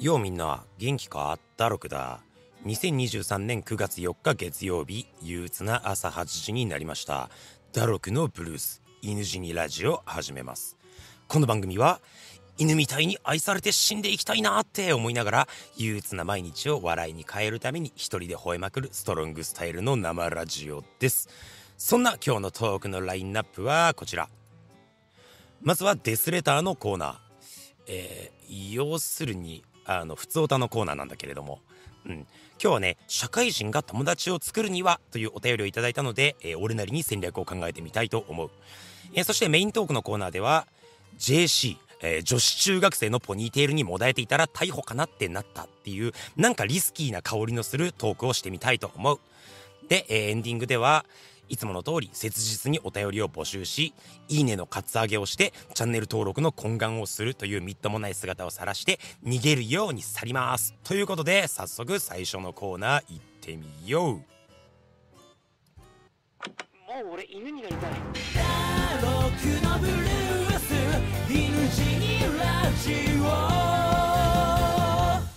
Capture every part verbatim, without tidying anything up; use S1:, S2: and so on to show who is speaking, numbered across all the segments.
S1: ようみんな元気か？ダロクだ。にせんにじゅうさんねんくがつよっか月曜日、憂鬱な朝はちじになりました。ダロクのブルース犬死にラジオ始めます。この番組は犬みたいに愛されて死んでいきたいなって思いながら憂鬱な毎日を笑いに変えるために一人で吠えまくるストロングスタイルの生ラジオです。そんな今日のトークのラインナップはこちら。まずはデスレターのコーナー、えー、要するにあの普通オタのコーナーなんだけれども、うん、今日はね、社会人が友達を作るにはというお便りをいただいたので、えー、俺なりに戦略を考えてみたいと思う。えー、そしてメイントークのコーナーでは ジェーシー、えー、女子中学生のポニーテールにもだえていたら逮捕かなってなったっていうなんかリスキーな香りのするトークをしてみたいと思う。で、えー、エンディングではいつもの通り切実にお便りを募集し、いいねのカツアゲをしてチャンネル登録の懇願をするというみっともない姿を晒して逃げるように去ります。ということで早速最初のコーナー行ってみよう。もう俺犬になりたい。ダロクのブルース犬死にラジオ。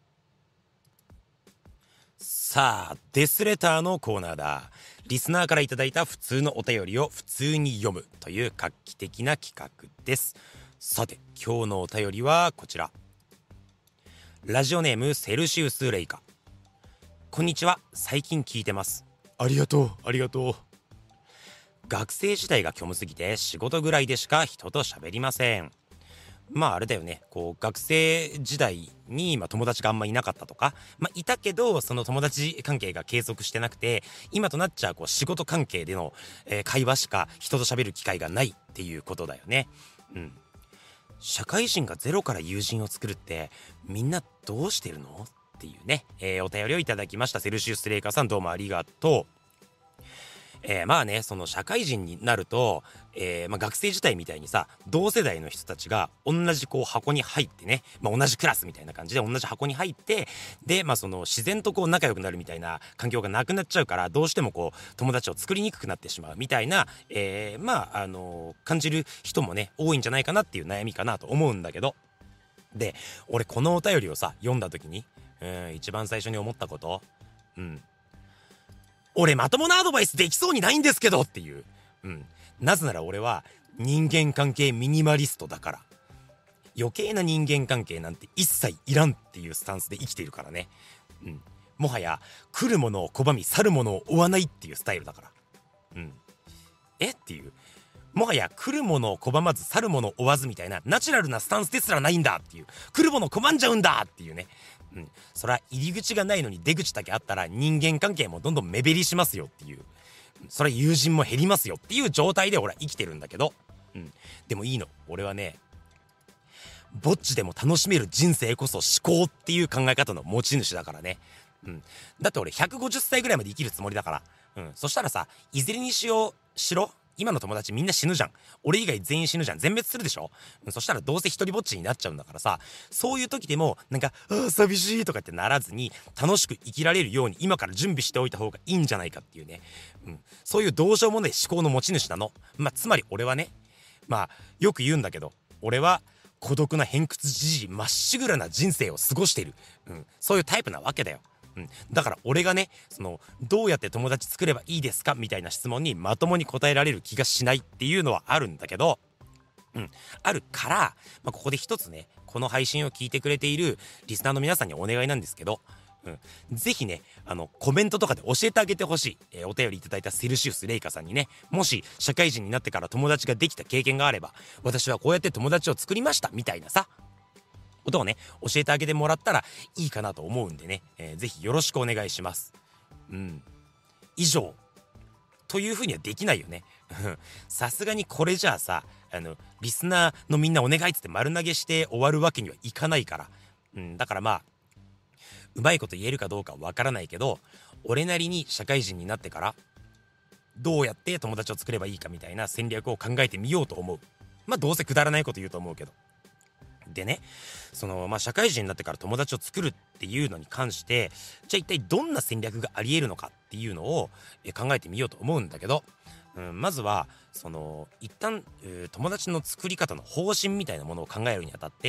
S1: さあデスレターのコーナーだ。リスナーからいただいた普通のお便りを普通に読むという画期的な企画です。さて今日のお便りはこちら。ラジオネームセルシウスレイカ。こんにちは、最近聞いてます。ありがとうありがとう。学生時代が虚無すぎて仕事ぐらいでしか人と喋りません。まああれだよね、こう学生時代に、まあ、友達があんまいなかったとか、まあ、いたけどその友達関係が継続してなくて、今となっちゃうこう仕事関係での、えー、会話しか人と喋る機会がないっていうことだよね。うん。社会人がゼロから友人を作るってみんなどうしてるのっていうね、えー、お便りをいただきました。セルシウスレイカーさん、どうもありがとう。えー、まあね、その社会人になると、えーまあ、学生時代みたいにさ、同世代の人たちが同じこう箱に入ってね、まあ、同じクラスみたいな感じで同じ箱に入って、で、まあ、その自然とこう仲良くなるみたいな環境がなくなっちゃうから、どうしてもこう友達を作りにくくなってしまうみたいな、えー、まああのー、感じる人もね多いんじゃないかなっていう悩みかなと思うんだけど、で俺このお便りをさ読んだ時に、うん一番最初に思ったこと、うん俺まともなアドバイスできそうにないんですけどっていう、うん、なぜなら俺は人間関係ミニマリストだから。余計な人間関係なんて一切いらんっていうスタンスで生きているからね。うん、もはや来るものを拒み去るものを追わないっていうスタイルだから。うん、えっていう、もはや来るものを拒まず去るものを追わずみたいなナチュラルなスタンスですらないんだっていう、来るものを拒んじゃうんだっていうね。うん、そりゃ入り口がないのに出口だけあったら人間関係もどんどん目減りしますよっていう、そりゃ友人も減りますよっていう状態で俺は生きてるんだけど、うん、でもいいの、俺はねぼっちでも楽しめる人生こそ思考っていう考え方の持ち主だからね。うん、だって俺ひゃくごじゅっさいぐらいまで生きるつもりだから、うん、そしたらさ、いずれにしようしろ今の友達みんな死ぬじゃん。俺以外全員死ぬじゃん。全滅するでしょ。そしたらどうせ一人ぼっちになっちゃうんだからさ、そういう時でもなんかあー寂しいとかってならずに楽しく生きられるように今から準備しておいた方がいいんじゃないかっていうね、うん、そういうどうしようもない思考の持ち主なの。まあつまり俺はね、まあよく言うんだけど、俺は孤独な偏屈じじいまっしぐらな人生を過ごしている、うん、そういうタイプなわけだよ。うん、だから俺がね、そのどうやって友達作ればいいですかみたいな質問にまともに答えられる気がしないっていうのはあるんだけど、うん、あるから、まあ、ここで一つね、この配信を聞いてくれているリスナーの皆さんにお願いなんですけど、うん、ぜひね、あのコメントとかで教えてあげてほしい、えー、お便りいただいたセルシウスレイカさんにね、もし社会人になってから友達ができた経験があれば、私はこうやって友達を作りましたみたいなさことをね教えてあげてもらったらいいかなと思うんでね、えー、ぜひよろしくお願いします。うん、以上というふうにはできないよね。さすがにこれじゃあさ、あのリスナーのみんなお願いっつって丸投げして終わるわけにはいかないから、うん、だからまあうまいこと言えるかどうかわからないけど、俺なりに社会人になってからどうやって友達を作ればいいかみたいな戦略を考えてみようと思う。まあどうせくだらないこと言うと思うけど。でね、そのまあ社会人になってから友達を作るっていうのに関して、じゃあ一体どんな戦略がありえるのかっていうのをえ考えてみようと思うんだけど、うん、まずはその一旦、えー友達の作り方の方針みたいなものを考えるにあたって、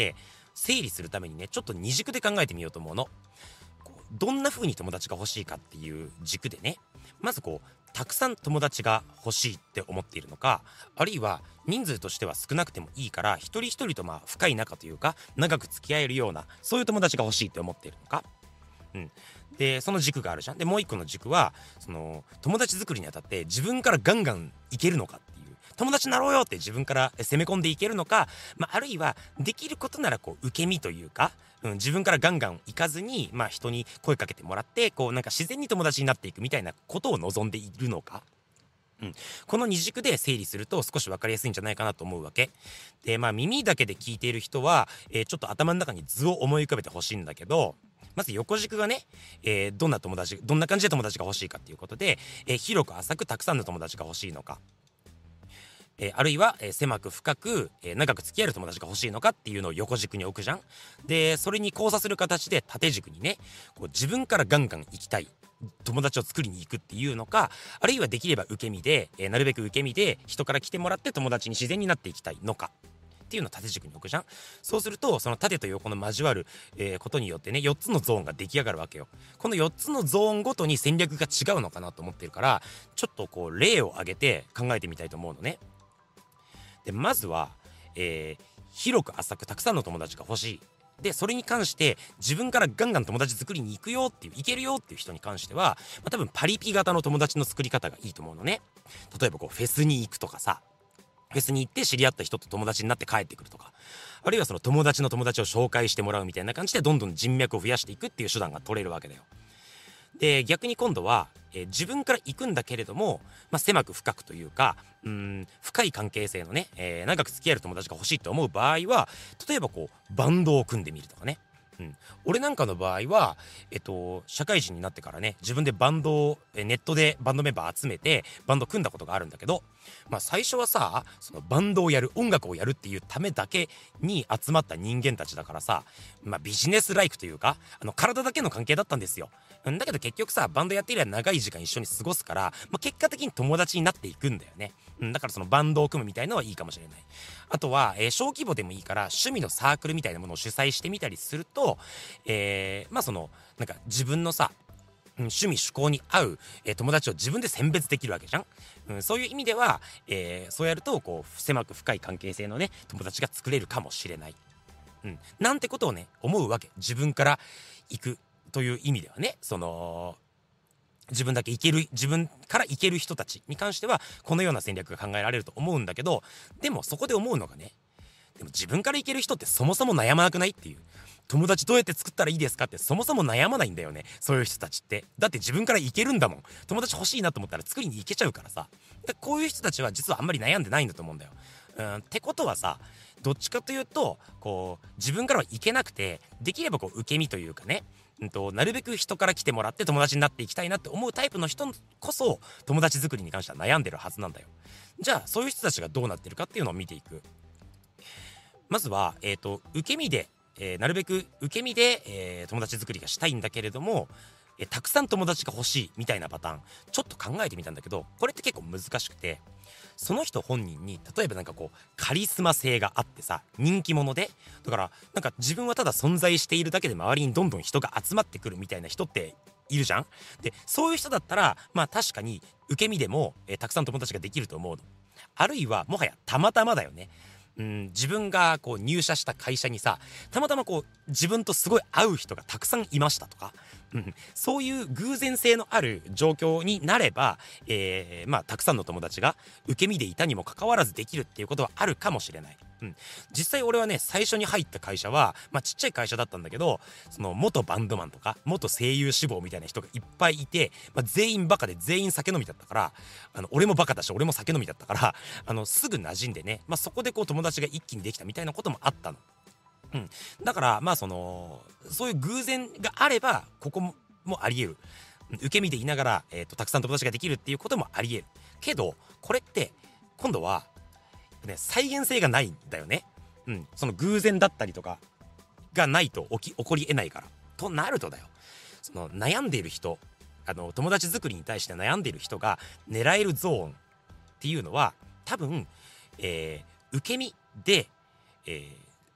S1: 整理するためにね、ちょっと二軸で考えてみようと思うの。こうどんな風に友達が欲しいかっていう軸でね、まずこうたくさん友達が欲しいって思っているのか、あるいは人数としては少なくてもいいから一人一人とまあ深い仲というか長く付き合えるようなそういう友達が欲しいって思っているのか。うん、でその軸があるじゃん。でもう一個の軸はその友達作りにあたって自分からガンガンいけるのかっていう、友達になろうよって自分から攻め込んでいけるのか、まあ、あるいはできることならこう受け身というか、うん、自分からガンガン行かずに、まあ、人に声かけてもらってこうなんか自然に友達になっていくみたいなことを望んでいるのか。うん、この二軸で整理すると少し分かりやすいんじゃないかなと思うわけで、まあ耳だけで聞いている人は、えーちょっと頭の中に図を思い浮かべてほしいんだけど、まず横軸がね、えーどんな友達どんな感じで友達が欲しいかっていうことで、えー広く浅くたくさんの友達が欲しいのか、えーあるいは、えー狭く深く、えー長く付き合える友達が欲しいのかっていうのを横軸に置くじゃん。でそれに交差する形で縦軸にね、こう自分からガンガン行きたい友達を作りに行くっていうのか、あるいはできれば受け身で、えーなるべく受け身で人から来てもらって友達に自然になっていきたいのかっていうのを縦軸に置くじゃん。そうするとその縦と横の交わる、えーことによってね、よっつのゾーンが出来上がるわけよ。このよっつのゾーンごとに戦略が違うのかなと思ってるから、ちょっとこう例を挙げて考えてみたいと思うのね。でまずは、えー広く浅くたくさんの友達が欲しい。でそれに関して自分からガンガン友達作りに行くよっていう、行けるよっていう人に関しては、まあ、多分パリピ型の友達の作り方がいいと思うのね。例えばこうフェスに行くとかさ、フェスに行って知り合った人と友達になって帰ってくるとか、あるいはその友達の友達を紹介してもらうみたいな感じでどんどん人脈を増やしていくっていう手段が取れるわけだよ。で逆に今度は、えー自分から行くんだけれども、まあ、狭く深くというか、うーん深い関係性のね、えー長く付き合える友達が欲しいと思う場合は、例えばこうバンドを組んでみるとかね。うん、俺なんかの場合は、えっと、社会人になってからね、自分でバンドをえネットでバンドメンバー集めてバンド組んだことがあるんだけど、まあ最初はさ、そのバンドをやる、音楽をやるっていうためだけに集まった人間たちだからさ、まあビジネスライクというか、あの体だけの関係だったんですよ。うんだけど結局さ、バンドやっていれば長い時間一緒に過ごすから、まあ、結果的に友達になっていくんだよね。うん、だからそのバンドを組むみたいのはいいかもしれない。あとは、えー小規模でもいいから趣味のサークルみたいなものを主催してみたりすると、えーまあそのなんか自分のさ、うん趣味趣向に合う、えー友達を自分で選別できるわけじゃん。うん、そういう意味では、えーそうやるとこう狭く深い関係性のね友達が作れるかもしれない。うん、なんてことをね思うわけ。自分から行くという意味ではね、その自分だけいける、自分からいける人たちに関してはこのような戦略が考えられると思うんだけど、でもそこで思うのがね、でも自分からいける人ってそもそも悩まなくないっていう。友達どうやって作ったらいいですかってそもそも悩まないんだよね、そういう人たちって。だって自分からいけるんだもん。友達欲しいなと思ったら作りに行けちゃうからさ。でこういう人たちは実はあんまり悩んでないんだと思うんだよ。うんってことはさ、どっちかというとこう自分からはいけなくて、できればこう受け身というかね、うんとなるべく人から来てもらって友達になっていきたいなって思うタイプの人こそ友達作りに関しては悩んでるはずなんだよ。じゃあそういう人たちがどうなってるかっていうのを見ていく。まずは、えーと、受け身で、えーなるべく受け身で、えー友達作りがしたいんだけれども、えーたくさん友達が欲しいみたいなパターンちょっと考えてみたんだけど、これって結構難しくて、その人本人に例えばなんかこうカリスマ性があってさ、人気者で、だからなんか自分はただ存在しているだけで周りにどんどん人が集まってくるみたいな人っているじゃん。でそういう人だったらまあ確かに受け身でも、えーたくさん友達ができると思うの。あるいはもはやたまたまだよね。うん、自分がこう入社した会社にさ、たまたまこう自分とすごい合う人がたくさんいましたとか、うん、そういう偶然性のある状況になれば、えーまあたくさんの友達が受け身でいたにもかかわらずできるっていうことはあるかもしれない。うん、実際俺はね、最初に入った会社はまあちっちゃい会社だったんだけど、その元バンドマンとか元声優志望みたいな人がいっぱいいて、まあ、全員バカで全員酒飲みだったから、あの俺もバカだし俺も酒飲みだったから、あのすぐ馴染んでね、まあ、そこでこう友達が一気にできたみたいなこともあったの。うん、だからまあそのそういう偶然があればここももあり得る。受け身でいながら、えーと、たくさん友達ができるっていうこともあり得るけど、これって今度はね、再現性がないんだよね。うん、その偶然だったりとかがないと起き起こり得ないから。となるとだよ、その悩んでいる人、あの友達作りに対して悩んでいる人が狙えるゾーンっていうのは多分、えー受け身で、えー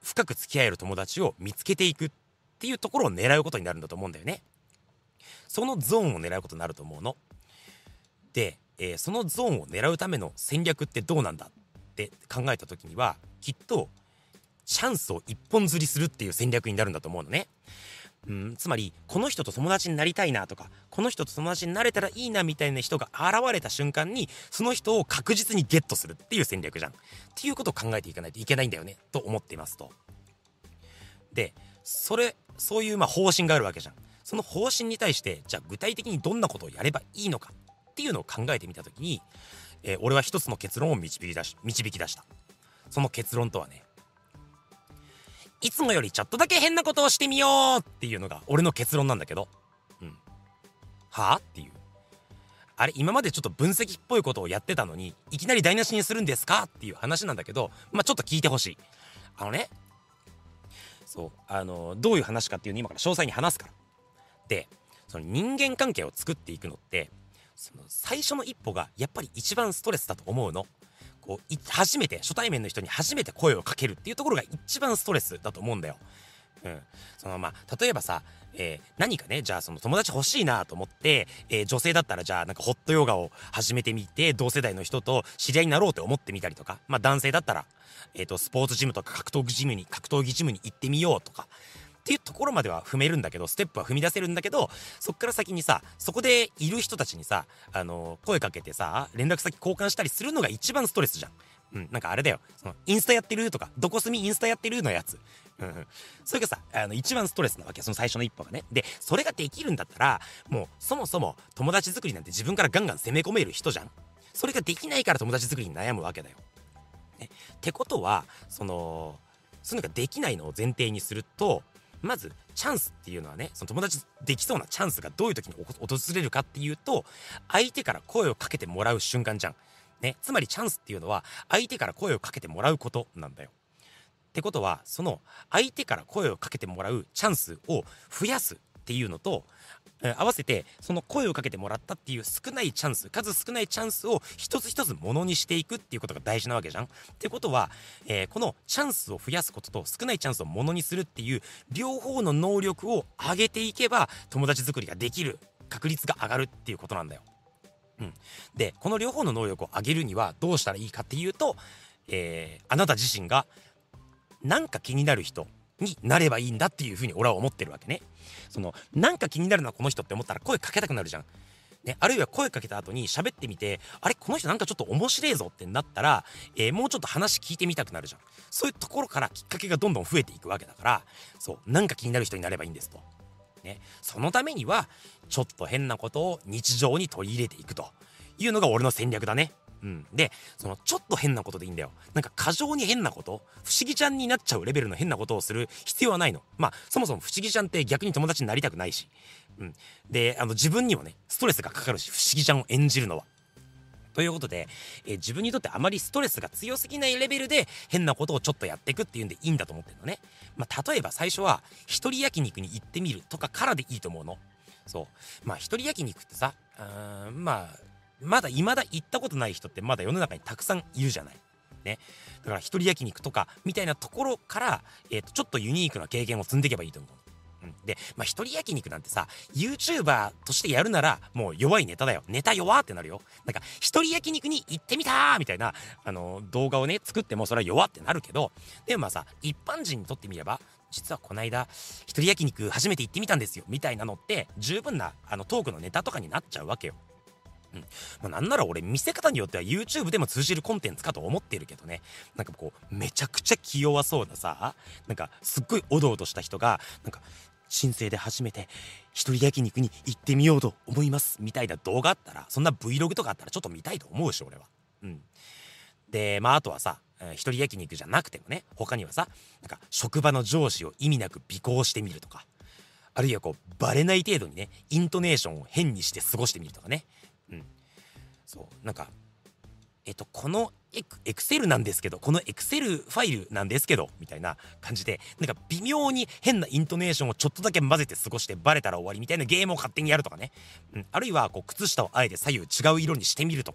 S1: 深く付き合える友達を見つけていくっていうところを狙うことになるんだと思うんだよね。そのゾーンを狙うことになると思うの。で、えーそのゾーンを狙うための戦略ってどうなんだって考えた時には、きっとチャンスを一本釣りするっていう戦略になるんだと思うのね。うん、つまりこの人と友達になりたいなとか、この人と友達になれたらいいなみたいな人が現れた瞬間に、その人を確実にゲットするっていう戦略じゃんっていうことを考えていかないといけないんだよねと思っていますと。で、それそういうまあ方針があるわけじゃん。その方針に対して、じゃあ具体的にどんなことをやればいいのかっていうのを考えてみたときに、えー俺は一つの結論を導き出し導き出した。その結論とはね、いつもよりちょっとだけ変なことをしてみようっていうのが俺の結論なんだけど、うん、はあっていう、あれ今までちょっと分析っぽいことをやってたのに、いきなり台無しにするんですかっていう話なんだけど、まあちょっと聞いてほしい。あのね、そうあのどういう話かっていうのを今から詳細に話すから。で、その人間関係を作っていくのって、その最初の一歩がやっぱり一番ストレスだと思うの。こうい初めて初対面の人に初めて声をかけるっていうところが一番ストレスだと思うんだよ。うん、そのまあ例えばさ、えー何かね、じゃあその友達欲しいなと思って、えー女性だったらじゃあなんかホットヨガを始めてみて、同世代の人と知り合いになろうと思ってみたりとか、まあ男性だったら、えーとスポーツジムとか格闘技ジムに格闘技ジムに行ってみようとかっていうところまでは踏めるんだけど、ステップは踏み出せるんだけど、そっから先にさ、そこでいる人たちにさ、あのー声かけてさ、連絡先交換したりするのが一番ストレスじゃん。うん、なんかあれだよ、そのインスタやってるとか、どこ住みインスタやってるのやつ、うんうん、それがさ、あの一番ストレスなわけ、その最初の一歩がね。で、それができるんだったら、もうそもそも友達作りなんて自分からガンガン攻め込める人じゃん。それができないから友達作りに悩むわけだよ。ね、ってことは、そのそういうのができないのを前提にすると、まずチャンスっていうのはね、その友達できそうなチャンスがどういう時におこ訪れるかっていうと、相手から声をかけてもらう瞬間じゃん。ね、つまりチャンスっていうのは相手から声をかけてもらうことなんだよ。ってことは、その相手から声をかけてもらうチャンスを増やすっていうのと、えー合わせてその声をかけてもらったっていう少ないチャンス、数少ないチャンスを一つ一つものにしていくっていうことが大事なわけじゃん。ってことは、えーこのチャンスを増やすことと少ないチャンスをものにするっていう両方の能力を上げていけば、友達作りができる確率が上がるっていうことなんだよ。うん、で、この両方の能力を上げるにはどうしたらいいかっていうと、えーあなた自身がなんか気になる人になればいいんだっていうふうに俺は思ってるわけね。そのなんか気になるのはこの人って思ったら声かけたくなるじゃん。ね、あるいは声かけた後に喋ってみて、あれこの人なんかちょっと面白いぞってなったら、えーもうちょっと話聞いてみたくなるじゃん。そういうところからきっかけがどんどん増えていくわけだから、そうなんか気になる人になればいいんですと。ね、そのためにはちょっと変なことを日常に取り入れていくというのが俺の戦略だね。うん、で、そのちょっと変なことでいいんだよ。なんか過剰に変なこと、不思議ちゃんになっちゃうレベルの変なことをする必要はないの。まあそもそも不思議ちゃんって逆に友達になりたくないし、うん、で、あの自分にもねストレスがかかるし、不思議ちゃんを演じるのは。ということで、えー自分にとってあまりストレスが強すぎないレベルで変なことをちょっとやっていくっていうんでいいんだと思ってるのね。まあ例えば最初は一人焼肉に行ってみるとかからでいいと思うの。そう。まあ一人焼肉ってさ、あーまあまだ未だ行ったことない人ってまだ世の中にたくさんいるじゃない。ね。だから一人焼肉とかみたいなところから、えーとちょっとユニークな経験を積んでいけばいいと思う。うん、で、まあ、一人焼肉なんてさ、YouTuber としてやるなら、もう弱いネタだよ。ネタ弱ってなるよ。なんか、一人焼肉に行ってみたーみたいな、あのー動画をね、作ってもそれは弱ってなるけど、でもまあさ、一般人にとってみれば、実はこないだ、一人焼肉初めて行ってみたんですよ。みたいなのって、十分な、あの、トークのネタとかになっちゃうわけよ。うん。まあ、なんなら俺見せ方によっては YouTube でも通じるコンテンツかと思ってるけどね。なんかこうめちゃくちゃ気弱そうなさ、なんかすっごいおどおどした人がなんか人生で初めて一人焼肉に行ってみようと思いますみたいな動画あったら、そんな Vlog とかあったらちょっと見たいと思うし俺は。うん。で、まああとはさ、えー一人焼肉じゃなくてもね、他にはさ、なんか職場の上司を意味なく尾行してみるとか、あるいはこうバレない程度にねイントネーションを変にして過ごしてみるとかね。うん。そうなんかえっとこのエクエクセルなんですけど、このエクセルファイルなんですけどみたいな感じで、なんか微妙に変なイントネーションをちょっとだけ混ぜて過ごしてバレたら終わりみたいなゲームを勝手にやるとかね。うん、あるいはこう靴下をあえて左右違う色にしてみるとか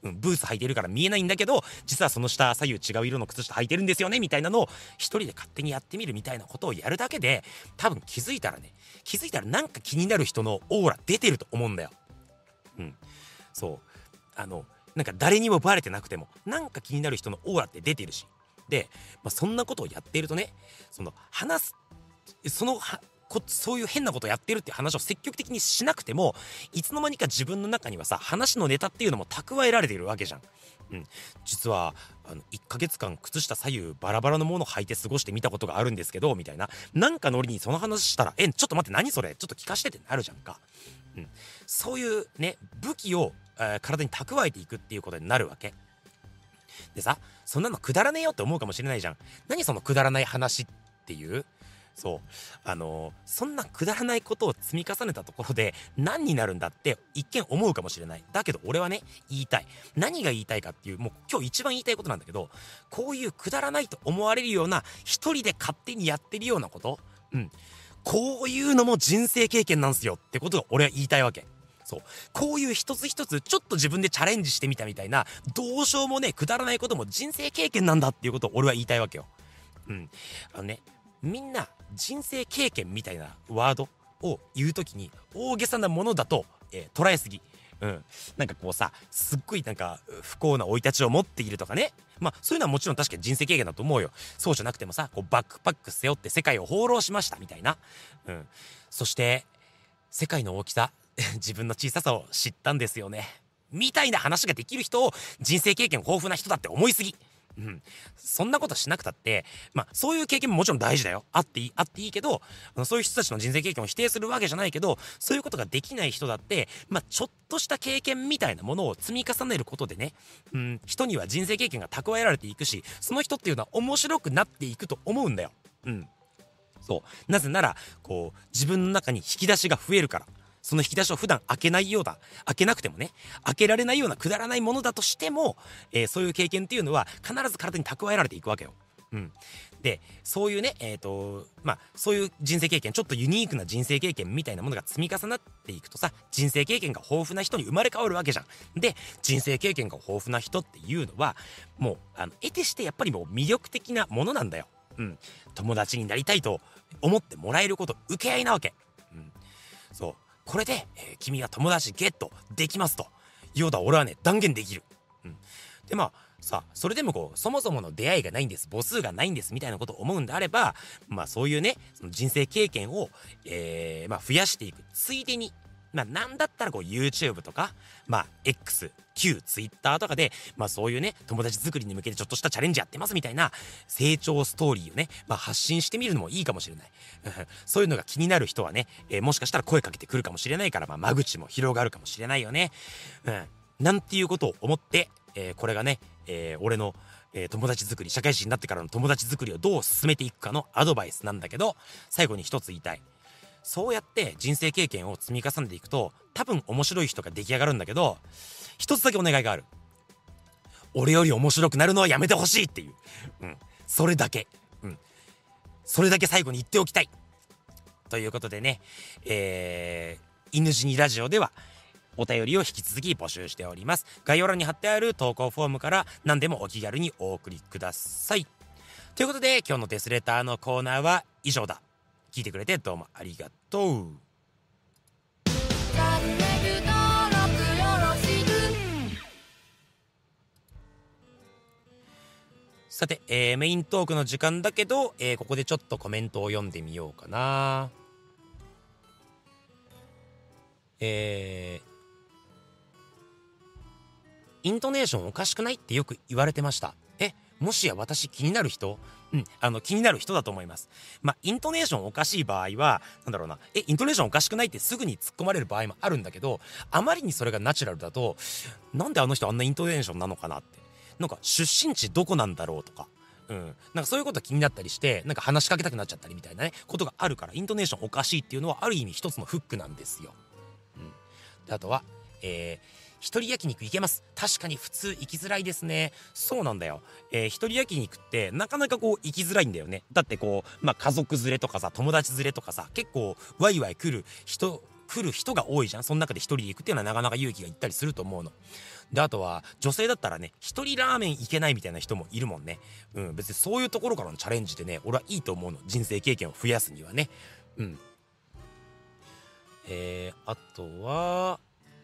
S1: うん、ブーツ履いてるから見えないんだけど、実はその下左右違う色の靴下履いてるんですよねみたいなのを一人で勝手にやってみるみたいなことをやるだけで、多分気づいたらね気づいたらなんか気になる人のオーラ出てると思うんだよ。うん、そうあのなんか誰にもバレてなくてもなんか気になる人のオーラって出てるし、で、まあ、そんなことをやっているとね、その話すそのはこそういう変なことやってるっていう話を積極的にしなくても、いつの間にか自分の中にはさ話のネタっていうのも蓄えられているわけじゃん。うん、実はあのいっかげつかん靴下左右バラバラのものを履いて過ごしてみたことがあるんですけどみたいな、なんかノリにその話したら「えちょっと待って何それちょっと聞かして」ってなるじゃんか。うん、そういうね武器を、えー体に蓄えていくっていうことになるわけでさ、そんなのくだらねえよって思うかもしれないじゃん。何そのくだらない話っていう。そうあのーそんなくだらないことを積み重ねたところで何になるんだって一見思うかもしれない。だけど俺はね言いたい。何が言いたいかっていう、もう今日一番言いたいことなんだけど、こういうくだらないと思われるような一人で勝手にやってるようなこと、うんこういうのも人生経験なんすよってことが俺は言いたいわけ。そうこういう一つ一つちょっと自分でチャレンジしてみたみたいなどうしようもねくだらないことも人生経験なんだっていうことを俺は言いたいわけよ。うんあのねみんな人生経験みたいなワードを言うときに大げさなものだと、えー捉えすぎ。うん、なんかこうさすっごいなんか不幸な生い立ちを持っているとかね、まあそういうのはもちろん確かに人生経験だと思うよ。そうじゃなくてもさこうバックパック背負って世界を放浪しましたみたいな、うん、そして世界の大きさ自分の小ささを知ったんですよねみたいな話ができる人を人生経験豊富な人だって思いすぎ。うん、そんなことしなくたってまあそういう経験ももちろん大事だよ。あっていいあっていいけど、あのそういう人たちの人生経験を否定するわけじゃないけど、そういうことができない人だってまあちょっとした経験みたいなものを積み重ねることでね、うん、人には人生経験が蓄えられていくし、その人っていうのは面白くなっていくと思うんだよ。うんそうなぜならこう自分の中に引き出しが増えるから。その引き出しを普段開けないようだ開けなくてもね開けられないようなくだらないものだとしても、えーそういう経験っていうのは必ず体に蓄えられていくわけよ。うん、でそういうねえっ、とまあそういう人生経験ちょっとユニークな人生経験みたいなものが積み重なっていくとさ、人生経験が豊富な人に生まれ変わるわけじゃん。で人生経験が豊富な人っていうのはもうあの得てしてやっぱりもう魅力的なものなんだよ。うん、友達になりたいと思ってもらえること受け合いなわけ。うん、そうこれで、えー君は友達ゲットできますとようだ俺はね断言できる。うん、でまあさそれでもこうそもそもの出会いがないんです母数がないんですみたいなことを思うんであれば、まあそういうねその人生経験を、えーまあ、増やしていくついでに、まあなんだったらこう YouTube とかまあ X 旧 Twitter とかでまあそういうね友達作りに向けてちょっとしたチャレンジやってますみたいな成長ストーリーをね、まあ、発信してみるのもいいかもしれない。そういうのが気になる人はね、えーもしかしたら声かけてくるかもしれないから、まあ、間口も広がるかもしれないよね。うんなんていうことを思って、えーこれがね、えー俺の、えー友達作り社会人になってからの友達作りをどう進めていくかのアドバイスなんだけど、最後に一つ言いたい。そうやって人生経験を積み重ねていくと多分面白い人が出来上がるんだけど、一つだけお願いがある。俺より面白くなるのはやめてほしいっていう、うん、それだけ、うん、それだけ最後に言っておきたいということでね、えー、犬死にラジオではお便りを引き続き募集しております。概要欄に貼ってある投稿フォームから何でもお気軽にお送りください。ということで今日のデスレターのコーナーは以上だ。聞いてくれてどうもありがとう。
S2: チャンネル登録よろしく。
S1: さて、えーメイントークの時間だけど、えーここでちょっとコメントを読んでみようかな。えーイントネーションおかしくないってよく言われてました。え、もしや私気になる人？うん、あの気になる人だと思います。まあ、イントネーションおかしい場合は、なんだろうな、え、イントネーションおかしくないってすぐに突っ込まれる場合もあるんだけど、あまりにそれがナチュラルだと、なんであの人あんなイントネーションなのかなって。なんか出身地どこなんだろうとか。うん、なんかそういうこと気になったりしてなんか話しかけたくなっちゃったりみたいなねことがあるから、イントネーションおかしいっていうのはある意味一つのフックなんですよ。うん、であとは、えー一人焼肉行けます。確かに普通行きづらいですね。そうなんだよ。えー、一人焼肉ってなかなかこう行きづらいんだよね。だってこう、まあ家族連れとかさ、友達連れとかさ、結構ワイワイ来る人、来る人が多いじゃん。その中で一人で行くっていうのはなかなか勇気がいったりすると思うの。 であとは女性だったらね、一人ラーメンいけないみたいな人もいるもんね。うん、別にそういうところからのチャレンジでね、俺はいいと思うの。人生経験を増やすにはね。うん。えー、あとは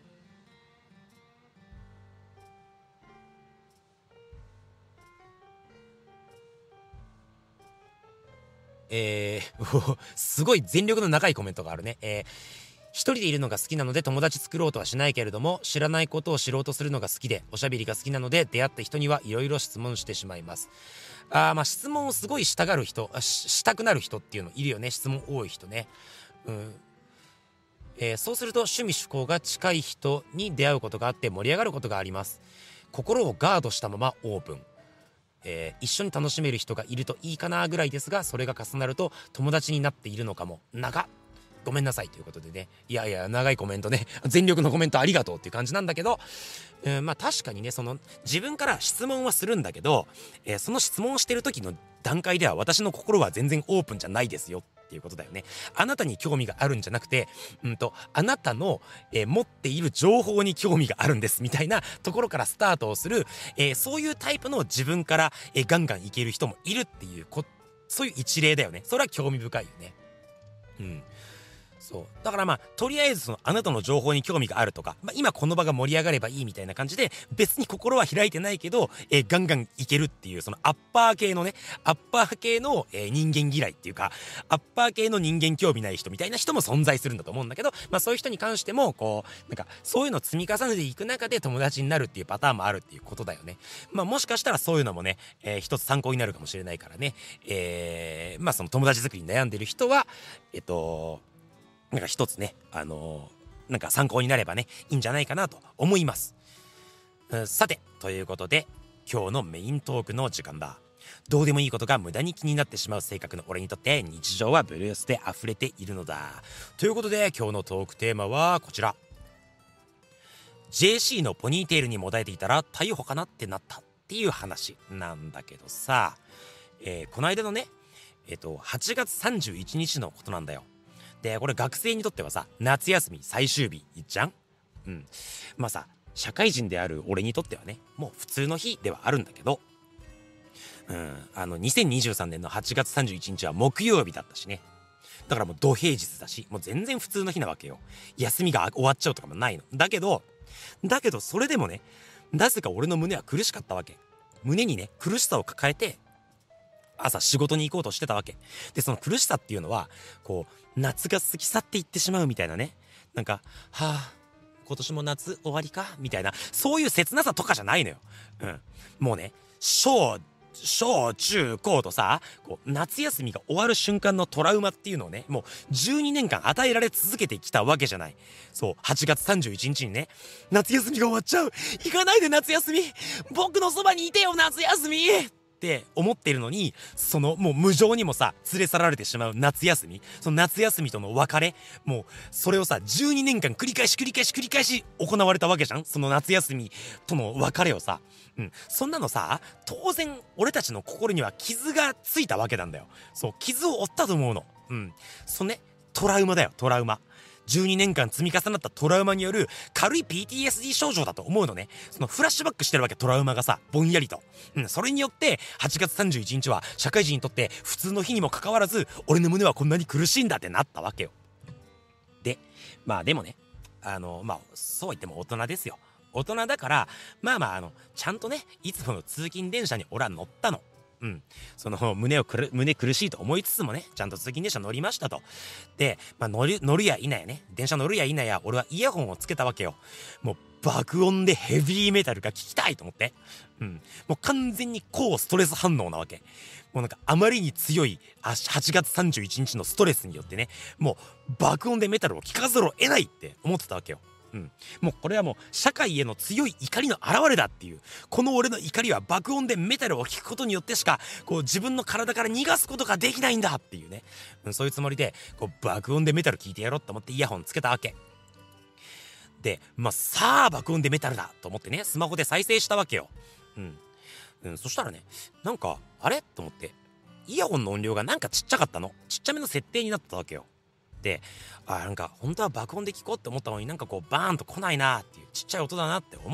S1: えー、すごい全力の長いコメントがあるね。えー、一人でいるのが好きなので友達作ろうとはしないけれども、知らないことを知ろうとするのが好きで、おしゃべりが好きなので、出会った人にはいろいろ質問してしまいます。あー、まあ質問をすごいしたがる人、あししたくなる人っていうのいるよね。質問多い人ね。うん。えーそうすると趣味趣向が近い人に出会うことがあって盛り上がることがあります。心をガードしたままオープン。えー一緒に楽しめる人がいるといいかなぐらいですが、それが重なると友達になっているのかも。長っ、ごめんなさいということでね。いやいや、長いコメントね。全力のコメントありがとうっていう感じなんだけど、えーまあ確かにね、その自分から質問はするんだけど、えーその質問をしてる時の段階では私の心は全然オープンじゃないですよっていうことだよね。あなたに興味があるんじゃなくて、うんと、あなたの、えー持っている情報に興味があるんですみたいなところからスタートをする、えーそういうタイプの自分から、えーガンガンいける人もいるっていうこ、そういう一例だよね。それは興味深いよね。うん。そうだからまあとりあえずそのあなたの情報に興味があるとか、まあ、今この場が盛り上がればいいみたいな感じで別に心は開いてないけど、えーガンガンいけるっていうそのアッパー系のね、アッパー系の、えー人間嫌いっていうか、アッパー系の人間興味ない人みたいな人も存在するんだと思うんだけど、まあそういう人に関してもこうなんかそういうのを積み重ねていく中で友達になるっていうパターンもあるっていうことだよね。まあもしかしたらそういうのもね、えー一つ参考になるかもしれないからね、えーまあその友達作りに悩んでる人はえっとなんか一つね、あのーなんか参考になればね、いいんじゃないかなと思います。うん、さて、ということで、今日のメイントークの時間だ。どうでもいいことが無駄に気になってしまう性格の俺にとって日常はブルースで溢れているのだ。ということで、今日のトークテーマはこちら。ジェーシー のポニーテールにもだえていたら逮捕かなってなったっていう話なんだけどさ、えー、この間のね、えっと、はちがつさんじゅういちにちのことなんだよ。で、これ学生にとってはさ、夏休み最終日じゃん。うん。まあさ、社会人である俺にとってはね、もう普通の日ではあるんだけど、うん、あの、にせんにじゅうさんねんのはちがつさんじゅういちにちは木曜日だったしね。だからもう土平日だし、もう全然普通の日なわけよ。休みが終わっちゃうとかもないの。だけど、だけどそれでもね、なぜか俺の胸は苦しかったわけ。胸にね、苦しさを抱えて、朝仕事に行こうとしてたわけで、その苦しさっていうのはこう夏が過ぎ去っていってしまうみたいなね、なんかはあ今年も夏終わりかみたいな、そういう切なさとかじゃないのよ。うん、もうね、小小中高とさ、こう夏休みが終わる瞬間のトラウマっていうのをね、もうじゅうにねんかん与えられ続けてきたわけじゃない。そう、はちがつさんじゅういちにちにね、夏休みが終わっちゃう、行かないで夏休み、僕のそばにいてよ夏休みって思ってるのに、そのもう無情にもさ連れ去られてしまう夏休み、その夏休みとの別れ、もうそれをさじゅうにねんかん繰り返し繰り返し繰り返し行われたわけじゃん、その夏休みとの別れをさ。うん、そんなのさ当然俺たちの心には傷がついたわけなんだよ。そう、傷を負ったと思うの。うん、そのねトラウマだよ、トラウマ。じゅうにねんかん積み重なったトラウマによる軽い ピーティーエスディー 症状だと思うのね。そのフラッシュバックしてるわけ、トラウマがさ、ぼんやりと。うん、それによってはちがつさんじゅういちにちは社会人にとって普通の日にもかかわらず、俺の胸はこんなに苦しいんだってなったわけよ。で、まあでもね、あの、まあそう言っても大人ですよ。大人だから、まあまああの、ちゃんとね、いつもの通勤電車に俺は乗ったの。うん、その胸をくる胸苦しいと思いつつもね、ちゃんと通勤電車乗りましたと。で、まあ、乗る乗るや否やね、電車乗るや否や俺はイヤホンをつけたわけよ。もう爆音でヘビーメタルが聞きたいと思って、うん、もう完全に高ストレス反応なわけ。もうなんかあまりに強いはちがつさんじゅういちにちのストレスによってね、もう爆音でメタルを聞かざるを得ないって思ってたわけよ。うん、もうこれはもう社会への強い怒りの表れだっていう、この俺の怒りは爆音でメタルを聞くことによってしかこう自分の体から逃がすことができないんだっていうね、うん、そういうつもりでこう爆音でメタル聞いてやろうと思ってイヤホンつけたわけで、まあさあ爆音でメタルだと思ってね、スマホで再生したわけよ。うん、うん、そしたらね、なんかあれと思って、イヤホンの音量がなんかちっちゃかったの、ちっちゃめの設定になってたわけよ。で、あ、なんか本当は爆音で聞こうって思ったのになんかこうバーンと来ないなっていう、ちっちゃい音だなって思ったん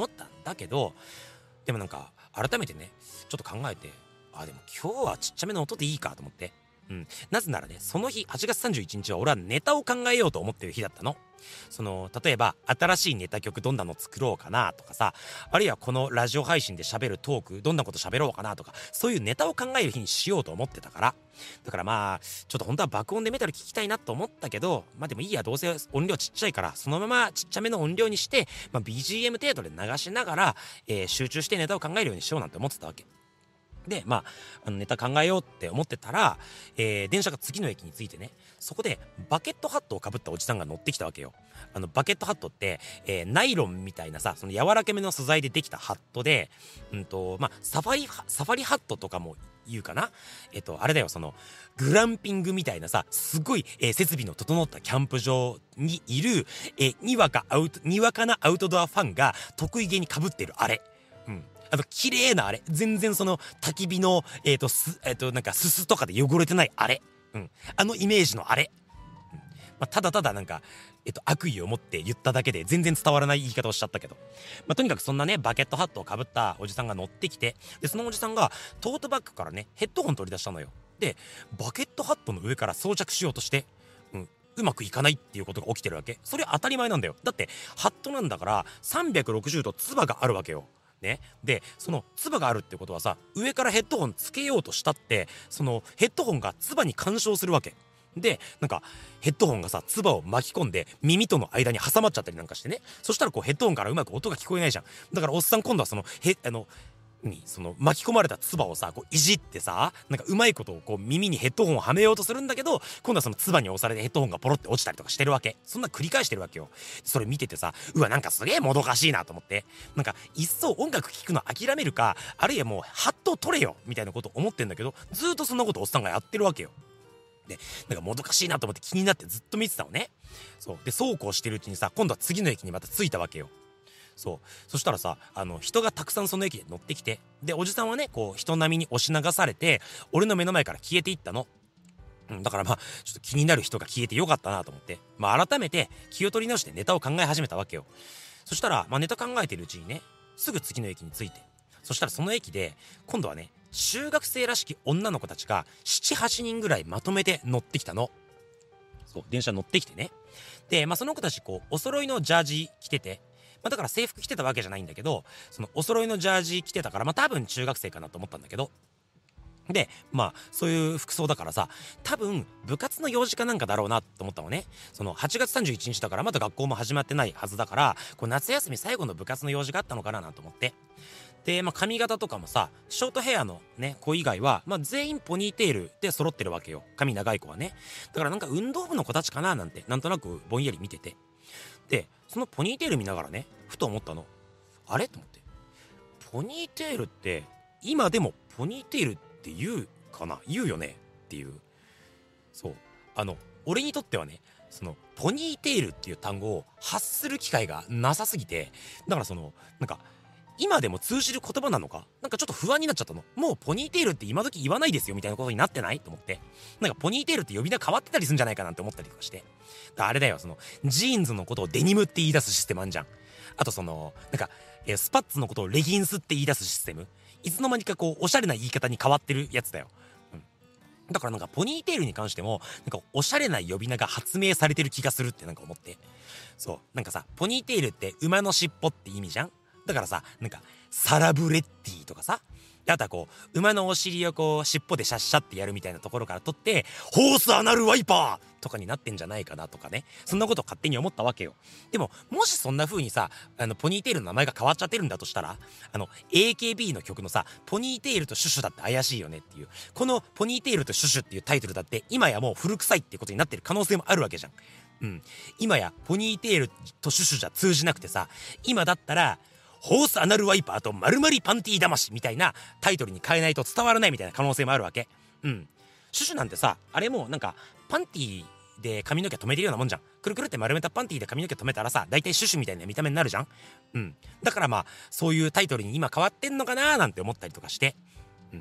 S1: だけどでもなんか改めてねちょっと考えて、あでも今日はちっちゃめの音でいいかと思って、うん、なぜならねその日はちがつさんじゅういちにちは俺はネタを考えようと思ってる日だったの。その例えば新しいネタ曲どんなの作ろうかなとかさ、あるいはこのラジオ配信で喋るトークどんなこと喋ろうかなとか、そういうネタを考える日にしようと思ってたから。だからまあちょっと本当は爆音でメタル聞きたいなと思ったけど、まあでもいいや、どうせ音量ちっちゃいからそのままちっちゃめの音量にして、まあ、ビージーエム 程度で流しながら、えー集中してネタを考えるようにしようなんて思ってたわけで、まあ、あのネタ考えようって思ってたら、えー電車が次の駅に着いてね、そこでバケットハットをかぶったおじさんが乗ってきたわけよ。あのバケットハットって、えーナイロンみたいなさ、その柔らかめの素材でできたハットで、うんとまあサファリサファリハットとかも言うかな。えっとあれだよ、そのグランピングみたいなさ、すごい、えー設備の整ったキャンプ場にいる、えーにわかアウトにわかなアウトドアファンが得意げにかぶってるあれ。うん。あの綺麗なあれ、全然その焚き火のえっ、ー、とすえっ、ー、となんかすすとかで汚れてないあれ、うん、あのイメージのあれ、うん、まあ、ただただなんかえっ、ー、と悪意を持って言っただけで全然伝わらない言い方をしちゃったけど、まあ、とにかくそんなねバケットハットをかぶったおじさんが乗ってきて、でそのおじさんがトートバッグからねヘッドホン取り出したのよ。でバケットハットの上から装着しようとして、うんうまくいかないっていうことが起きてるわけ。それ当たり前なんだよ。だってハットなんだからさんびゃくろくじゅうどつばがあるわけよ。ね、でそのつばがあるってことはさ、上からヘッドホンつけようとしたってそのヘッドホンがつばに干渉するわけで、なんかヘッドホンがさつばを巻き込んで耳との間に挟まっちゃったりなんかしてね、そしたらこうヘッドホンからうまく音が聞こえないじゃん。だからおっさん今度はそのへあのにその巻き込まれたつばをさこういじってさ、なんかうまいことをこう耳にヘッドホンをはめようとするんだけど、今度はそのつばに押されてヘッドホンがポロって落ちたりとかしてるわけ。そんな繰り返してるわけよ。それ見ててさ、うわなんかすげえもどかしいなと思って、なんかいっそ音楽聴くの諦めるか、あるいはもうハットを取れよみたいなこと思ってんだけど、ずーっとそんなことおっさんがやってるわけよ。でなんかもどかしいなと思って気になってずっと見てたのね。そうでそうこうしてるうちにさ、今度は次の駅にまた着いたわけよ。そうそしたらさ、あの人がたくさんその駅で乗ってきて、でおじさんはねこう人並みに押し流されて俺の目の前から消えていったの。うん、だからまあちょっと気になる人が消えてよかったなと思って、まあ改めて気を取り直してネタを考え始めたわけよ。そしたらまあネタ考えてるうちにね、すぐ次の駅に着いて、そしたらその駅で今度はね中学生らしき女の子たちがななはちにんぐらいまとめて乗ってきたの。そう電車乗ってきてね、でまあその子たちこうお揃いのジャージ着てて、まあ、だから制服着てたわけじゃないんだけど、そのお揃いのジャージ着てたからまあ多分中学生かなと思ったんだけど、でまあそういう服装だからさ、多分部活の用事かなんかだろうなと思ったのね。そのはちがつさんじゅういちにちだからまだ学校も始まってないはずだから、こう夏休み最後の部活の用事があったのかななんて思って、でまあ髪型とかもさショートヘアのね子以外はまあ全員ポニーテールで揃ってるわけよ、髪長い子はね。だからなんか運動部の子たちかななんてなんとなくぼんやり見てて、でそのポニーテール見ながらねふと思ったの。あれと思って、ポニーテールって今でもポニーテールって言うかな、言うよねっていう。そうあの俺にとってはね、そのポニーテールっていう単語を発する機会がなさすぎて、だからそのなんか今でも通じる言葉なのかなんかちょっと不安になっちゃったの。もうポニーテールって今時言わないですよみたいなことになってないと思って、なんかポニーテールって呼び名変わってたりするんじゃないかなんて思ったりとかして、あれだよ、そのジーンズのことをデニムって言い出すシステムあんじゃん。あとそのなんか、えースパッツのことをレギンスって言い出すシステム、いつの間にかこうおしゃれな言い方に変わってるやつだよ。うんだからなんかポニーテールに関してもなんかおしゃれな呼び名が発明されてる気がするってなんか思って、そうなんかさポニーテールって馬の尻尾って意味じゃん。だからさなんかサラブレッティとかさ、あとはこう馬のお尻をこう尻尾でシャッシャってやるみたいなところから取ってホースアナルワイパーとかになってんじゃないかなとかね、そんなことを勝手に思ったわけよ。でももしそんな風にさあのポニーテールの名前が変わっちゃってるんだとしたら、あの エーケービー の曲のさポニーテールとシュシュだって怪しいよねっていう、このポニーテールとシュシュっていうタイトルだって今やもう古臭いってことになってる可能性もあるわけじゃん。うん、今やポニーテールとシュシュじゃ通じなくてさ、今だったらホースアナルワイパーと丸々パンティー魂みたいなタイトルに変えないと伝わらないみたいな可能性もあるわけ。うん。シュシュなんてさ、あれもなんかパンティーで髪の毛止めてるようなもんじゃん。くるくるって丸めたパンティーで髪の毛止めたらさ、だいたいシュシュみたいな見た目になるじゃん。うん。だからまあそういうタイトルに今変わってんのかなーなんて思ったりとかして、うん。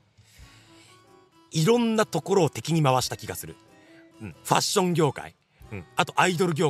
S1: いろんなところを敵に回した気がする。うん。ファッション業界、うん。あとアイドル業界。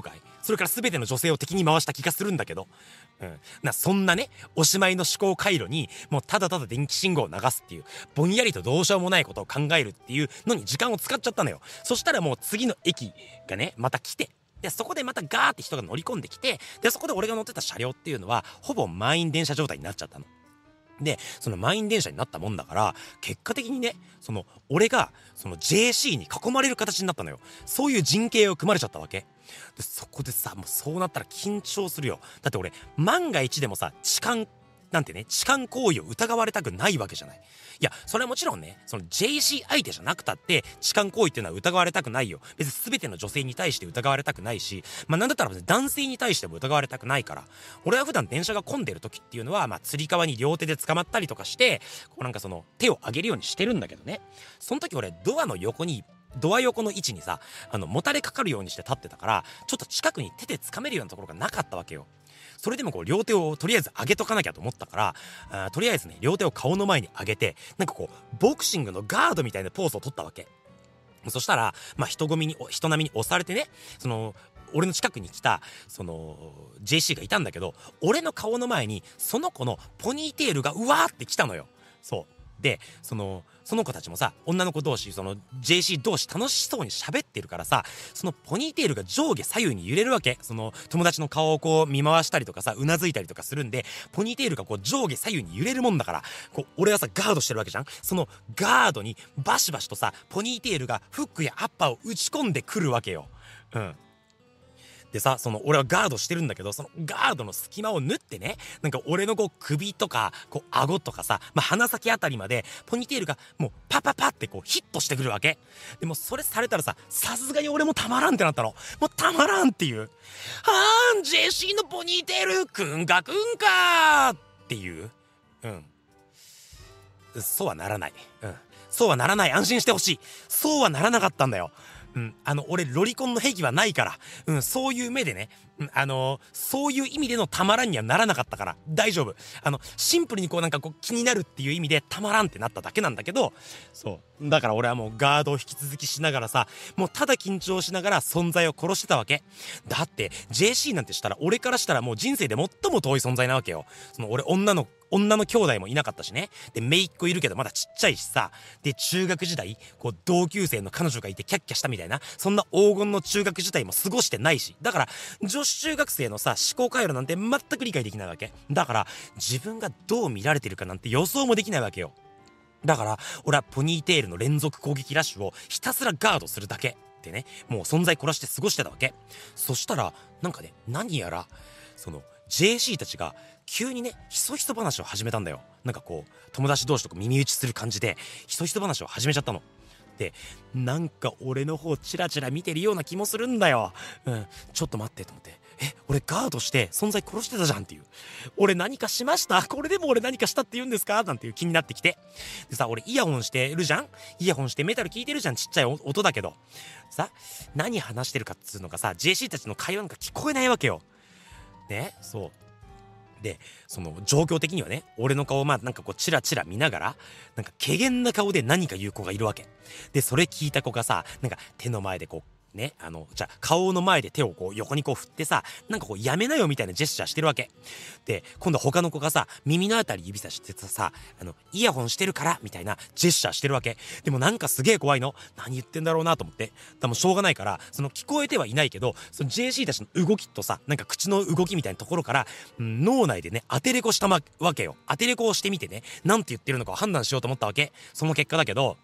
S1: それから全ての女性を敵に回した気がするんだけど、うん、なそんなねおしまいの思考回路にもうただただ電気信号を流すっていうぼんやりとどうしようもないことを考えるっていうのに時間を使っちゃったのよ。そしたらもう次の駅がねまた来て、でそこでまたガーって人が乗り込んできて、でそこで俺が乗ってた車両っていうのはほぼ満員電車状態になっちゃったの。でその満員電車になったもんだから結果的にねその俺がその ジェーシー に囲まれる形になったのよ。そういう陣形を組まれちゃったわけで、そこでさもうそうなったら緊張するよ。だって俺万が一でもさ痴漢なんてね痴漢行為を疑われたくないわけじゃない。いやそれはもちろんねその ジェーシー 相手じゃなくたって痴漢行為っていうのは疑われたくないよ。別に全ての女性に対して疑われたくないし、まあなんだったら別に男性に対しても疑われたくないから、俺は普段電車が混んでる時っていうのはまあつり革に両手で捕まったりとかしてこうなんかその手を上げるようにしてるんだけどね、その時俺ドアの横にドア横の位置にさあのもたれかかるようにして立ってたからちょっと近くに手で掴めるようなところがなかったわけよ。それでもこう両手をとりあえず上げとかなきゃと思ったからあとりあえずね両手を顔の前に上げてなんかこうボクシングのガードみたいなポーズを取ったわけ。そしたらまあ人混みに人並みに押されてねその俺の近くに来たその ジェーシー がいたんだけど、俺の顔の前にその子のポニーテールがうわーって来たのよ。そうでそのその子たちもさ女の子同士その ジェーシー 同士楽しそうに喋ってるからさそのポニーテールが上下左右に揺れるわけ。その友達の顔をこう見回したりとかさうなずいたりとかするんでポニーテールがこう上下左右に揺れるもんだからこう俺はさガードしてるわけじゃん。そのガードにバシバシとさポニーテールがフックやアッパーを打ち込んでくるわけよ。うんでさその俺はガードしてるんだけどそのガードの隙間を縫ってねなんか俺のこう首とかこう顎とかさ、まあ、鼻先あたりまでポニーテールがもうパパパってこうヒットしてくるわけ。でもそれされたらささすがに俺もたまらんってなったの。もうたまらんっていうはーん ジェーシー のポニーテールくんかくんかっていううんそうはならないうんそうはならない安心してほしい。そうはならなかったんだよ。うん、あの俺ロリコンの癖はないから、うん、そういう目でね、うん、あのー、そういう意味でのたまらんにはならなかったから大丈夫。あのシンプルにこうなんかこう気になるっていう意味でたまらんってなっただけなんだけど、そうだから俺はもうガードを引き続きしながらさもうただ緊張しながら存在を殺してたわけだって。 ジェーシー なんてしたら俺からしたらもう人生で最も遠い存在なわけよ。その俺女の女の兄弟もいなかったしね。で姪っ子いるけどまだちっちゃいしさ、で中学時代こう同級生の彼女がいてキャッキャしたみたいなそんな黄金の中学時代も過ごしてないし、だから女子中学生のさ思考回路なんて全く理解できないわけだから自分がどう見られてるかなんて予想もできないわけよ。だから俺はポニーテールの連続攻撃ラッシュをひたすらガードするだけってねもう存在凝らして過ごしてたわけ。そしたらなんかね何やらその ジェーシー たちが急にねひそひそ話を始めたんだよ。なんかこう友達同士とか耳打ちする感じでひそひそ話を始めちゃったの。でなんか俺の方チラチラ見てるような気もするんだよ。うんちょっと待ってと思ってえ俺ガードして存在殺してたじゃんっていう俺何かしましたこれでも俺何かしたって言うんですかなんていう気になってきて、でさ俺イヤホンしてるじゃんイヤホンしてメタル聞いてるじゃんちっちゃい音だけどさ何話してるかっつうのがさ ジェーシー たちの会話なんか聞こえないわけよね。そうでその状況的にはね俺の顔をまあなんかこうチラチラ見ながらなんか怪げな顔で何か言う子がいるわけで、それ聞いた子がさなんか手の前でこうねあのじゃあ顔の前で手をこう横にこう振ってさなんかこうやめなよみたいなジェスチャーしてるわけで、今度は他の子がさ耳のあたり指さしてさあのイヤホンしてるからみたいなジェスチャーしてるわけでもなんかすげえ怖いの何言ってんだろうなと思ってでもしょうがないからその聞こえてはいないけどその ジェーシー たちの動きとさなんか口の動きみたいなところから、うん、脳内でね当てレコしたわけよ。当てレコをしてみてねなんて言ってるのかを判断しようと思ったわけ。その結果だけど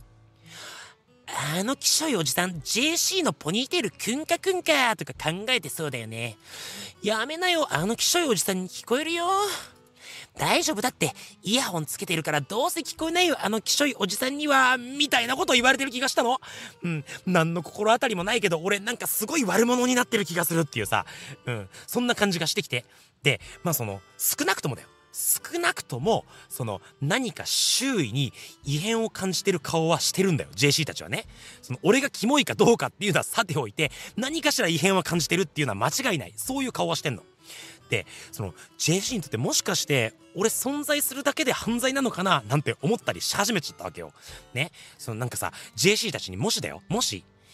S1: あのきしょいおじさん ジェーシー のポニーテールくんかくんかとか考えてそうだよね。やめなよあのきしょいおじさんに聞こえるよ。大丈夫だってイヤホンつけてるからどうせ聞こえないよあのきしょいおじさんにはみたいなことを言われてる気がしたの。うん何の心当たりもないけど俺なんかすごい悪者になってる気がするっていうさうんそんな感じがしてきて、でまあその少なくともだよ少なくともその何か周囲に異変を感じてる顔はしてるんだよ ジェーシー たちはね。その俺がキモいかどうかっていうのはさておいて何かしら異変は感じてるっていうのは間違いないそういう顔はしてんの。でその ジェーシー にとってもしかして俺存在するだけで犯罪なのかななんて思ったりし始めちゃったわけよね。そのなんかさ ジェーシー たちにもしだよもし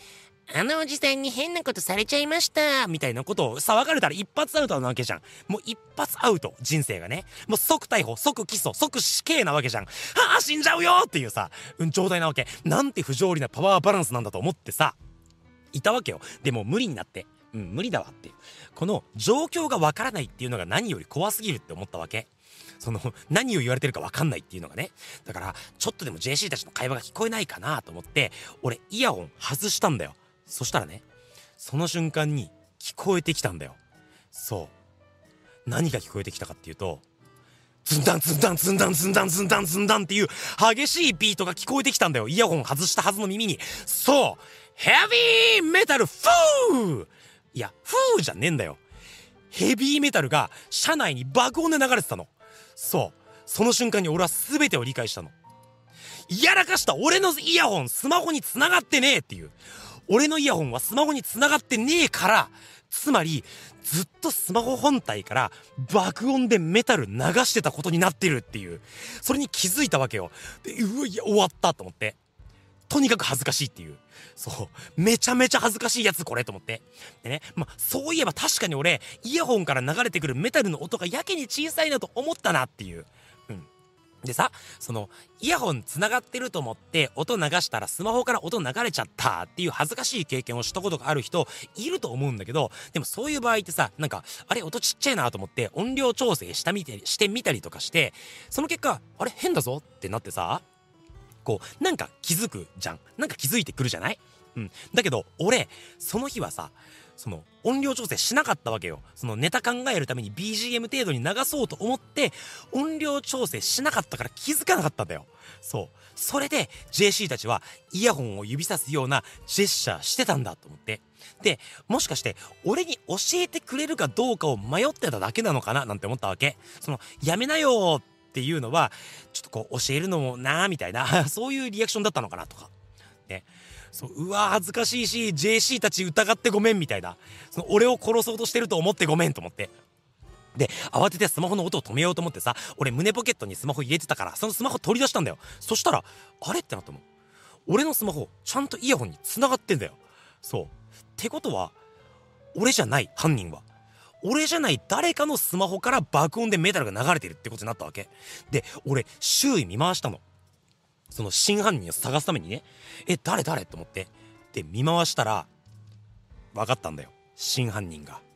S1: あのおじさんに変なことされちゃいましたみたいなことを騒がれたら一発アウトなわけじゃん。もう一発アウト、人生がね。もう即逮捕、即起訴、即死刑なわけじゃん。はあ、死んじゃうよっていうさ、うん、状態なわけ。なんて不条理なパワーバランスなんだと思ってさ、いたわけよ。でも無理になって、うん、無理だわっていう。この状況がわからないっていうのが何より怖すぎるって思ったわけ。その何を言われてるか分かんないっていうのがね。だからちょっとでも ジェーシー たちの会話が聞こえないかなと思って俺イヤホン外したんだよ。そしたらね、その瞬間に聞こえてきたんだよ。そう何が聞こえてきたかっていうと、ズンダンズンダンズンダンズンダンズンダンズンダンっていう激しいビートが聞こえてきたんだよ。イヤホン外したはずの耳に。そうヘビーメタルフーいやフーじゃねえんだよ。ヘビーメタルが車内に爆音で流れてたの。そうその瞬間に俺は全てを理解したの。やらかした、俺のイヤホンスマホに繋がってねえっていう。俺のイヤホンはスマホに繋がってねえから、つまりずっとスマホ本体から爆音でメタル流してたことになってるっていう、それに気づいたわけよ。でうわいや終わったと思って、とにかく恥ずかしいっていう、そうめちゃめちゃ恥ずかしいやつこれと思って。でね、まあそういえば確かに俺イヤホンから流れてくるメタルの音がやけに小さいなと思ったなっていう。うんでさ、そのイヤホンつながってると思って音流したらスマホから音流れちゃったっていう恥ずかしい経験をしたことがある人いると思うんだけど、でもそういう場合ってさ、なんかあれ音ちっちゃいなと思って音量調整したみてしてみたりとかして、その結果あれ変だぞってなってさ、こうなんか気づくじゃん。なんか気づいてくるじゃない？うん。だけど俺その日はさ、その音量調整しなかったわけよ。そのネタ考えるために ビージーエム 程度に流そうと思って音量調整しなかったから気づかなかったんだよ。そうそれで ジェーシー たちはイヤホンを指さすようなジェスチャーしてたんだと思って。でもしかして俺に教えてくれるかどうかを迷ってただけなのかななんて思ったわけ。そのやめなよっていうのはちょっとこう教えるのもなーみたいなそういうリアクションだったのかなとかね。そううわ恥ずかしいし ジェーシー たち疑ってごめんみたいな、その俺を殺そうとしてると思ってごめんと思って。で慌ててスマホの音を止めようと思ってさ、俺胸ポケットにスマホ入れてたからそのスマホ取り出したんだよ。そしたらあれってなったもん。俺のスマホちゃんとイヤホンに繋がってんだよ。そうってことは俺じゃない、犯人は俺じゃない誰かのスマホから爆音でメタルが流れてるってことになったわけで、俺周囲見回したの。その真犯人を探すためにね、え誰誰と思ってで見回したら分かったんだよ。真犯人が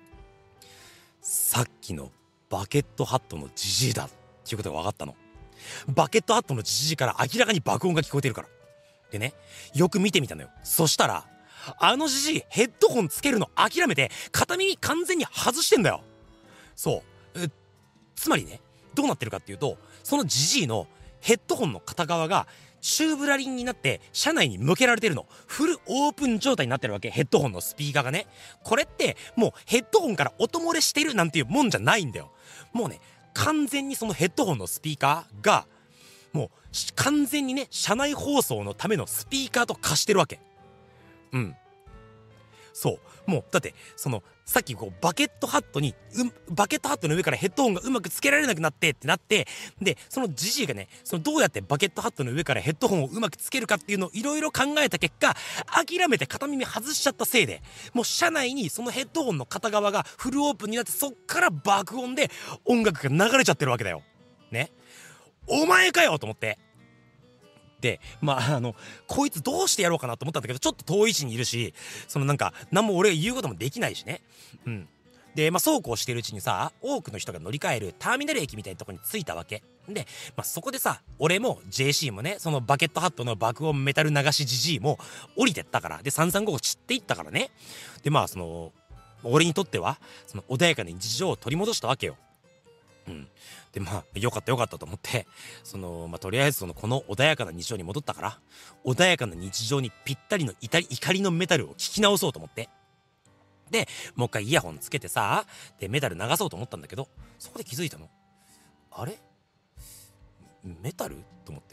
S1: さっきのバケットハットのジジイだっていうことが分かったの。バケットハットのジジイから明らかに爆音が聞こえてるから。でね、よく見てみたのよ。そしたらあのジジイヘッドホンつけるの諦めて片耳完全に外してんだよ。そうえつまりね、どうなってるかっていうと、そのジジイのヘッドホンの片側がチューブラリンになって車内に向けられてるの。フルオープン状態になってるわけ、ヘッドホンのスピーカーがね。これってもうヘッドホンから音漏れしてるなんていうもんじゃないんだよ。もうね完全にそのヘッドホンのスピーカーがもう完全にね車内放送のためのスピーカーと化してるわけ。うんそうもうだってそのさっきこうバケットハットに、うバケットハットの上からヘッドホンがうまくつけられなくなってってなって、でそのジジイがね、そのどうやってバケットハットの上からヘッドホンをうまくつけるかっていうのをいろいろ考えた結果、諦めて片耳外しちゃったせいで、もう車内にそのヘッドホンの片側がフルオープンになって、そっから爆音で音楽が流れちゃってるわけだよね。お前かよと思って。でまああのこいつどうしてやろうかなと思ったんだけど、ちょっと遠い位置にいるし、そのなんか何も俺が言うこともできないしね。うんでまあそうこうしてるうちにさ、多くの人が乗り換えるターミナル駅みたいなとこに着いたわけで、まあそこでさ、俺も ジェーシー もね、そのバケットハットの爆音メタル流しジジイも降りてったから、でさんさんごを散っていったからね。でまあその俺にとってはその穏やかな日常を取り戻したわけよ。うんでまあよかったよかったと思って、そのまあとりあえずそのこの穏やかな日常に戻ったから、穏やかな日常にぴったりの怒り怒りのメタルを聞き直そうと思って、でもう一回イヤホンつけてさ、でメタル流そうと思ったんだけど、そこで気づいたの。あれメタルと思って、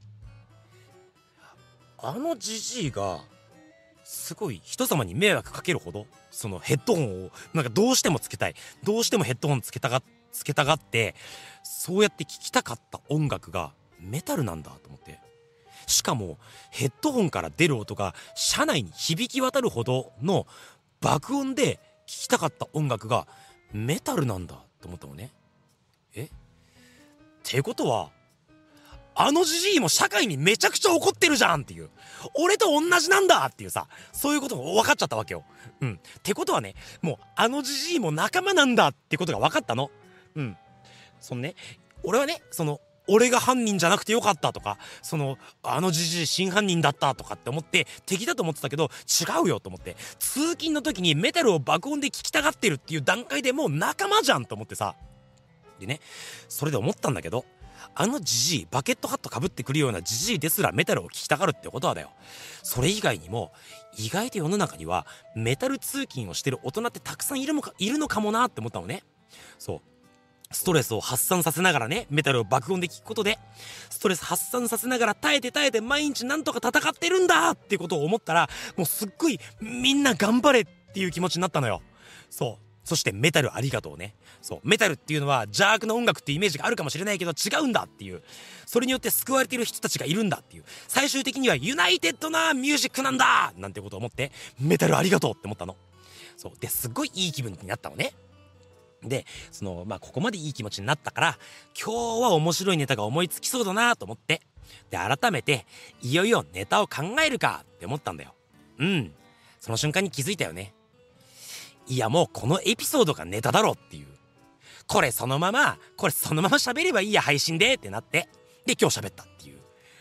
S1: あのジジイがすごい人様に迷惑かけるほどそのヘッドホンをなんかどうしてもつけたい、どうしてもヘッドホンつけたがつけたがって、そうやって聴きたかった音楽がメタルなんだと思って、 しかもヘッドホンから出る音が車内に響き渡るほどの爆音で聴きたかった音楽がメタルなんだと思ったのね。えってことはあのじじいも社会にめちゃくちゃ怒ってるじゃんっていう、俺と同じなんだっていうさ、そういうことが分かっちゃったわけよ。うんってことはね、もうあのじじいも仲間なんだってことが分かったの。うんそのね、俺はね、その俺が犯人じゃなくてよかったとか、そのあのじじい真犯人だったとかって思って敵だと思ってたけど、違うよと思って、通勤の時にメタルを爆音で聞きたがってるっていう段階でもう仲間じゃんと思ってさ。でね、それで思ったんだけど、あのじじい、バケットハットかぶってくるようなじじいですらメタルを聴きたがるってことはだよ、それ以外にも意外と世の中にはメタル通勤をしてる大人ってたくさんいるのかいるのかもなって思ったのね。そうストレスを発散させながらね、メタルを爆音で聞くことでストレス発散させながら耐えて耐えて毎日なんとか戦ってるんだってことを思ったら、もうすっごいみんな頑張れっていう気持ちになったのよ。そうそしてメタルありがとうね。そうメタルっていうのは邪悪な音楽っていうイメージがあるかもしれないけど違うんだっていう、それによって救われている人たちがいるんだっていう、最終的にはユナイテッドなミュージックなんだなんてことを思ってメタルありがとうって思ったの。そうですっごいいい気分になったのね。でそのまあここまでいい気持ちになったから今日は面白いネタが思いつきそうだなと思って、で改めていよいよネタを考えるかって思ったんだよ。うんその瞬間に気づいたよね。いやもうこのエピソードがネタだろっていう、これそのままこれそのまま喋ればいいや配信でってなって、で今日喋ったっていう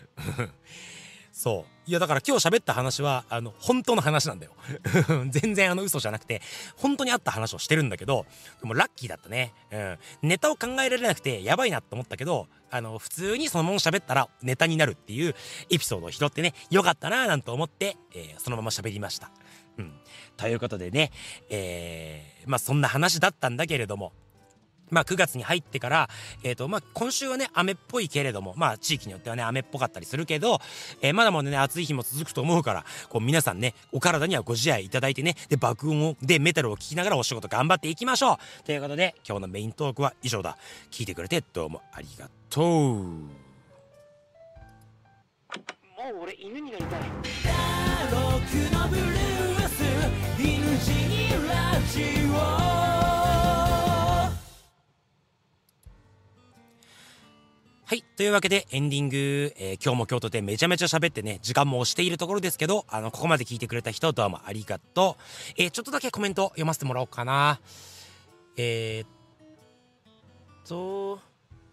S1: そういやだから今日喋った話はあの本当の話なんだよ全然あの嘘じゃなくて本当にあった話をしてるんだけど、でもラッキーだったね。うんネタを考えられなくてやばいなと思ったけど、あの普通にそのまま喋ったらネタになるっていうエピソードを拾ってね、よかったなーなんて思って、えー、そのまま喋りました。うんということでね、えー、まあそんな話だったんだけれども、まあくがつに入ってから、えっとまあ今週はね雨っぽいけれども、まあ地域によってはね雨っぽかったりするけど、えー、まだまだね暑い日も続くと思うから、こう皆さんねお体にはご自愛いただいてね、で爆音をでメタルを聞きながらお仕事頑張っていきましょうということで、今日のメイントークは以上だ。聞いてくれてどうもありがとう。もう俺犬になりたい。のブルース犬死にラジオ。はいというわけでエンディング、えー、今日も今日とてめちゃめちゃ喋ってね時間も押しているところですけど、あのここまで聞いてくれた人どうもありがとう。えー、ちょっとだけコメント読ませてもらおうかな。えー、っと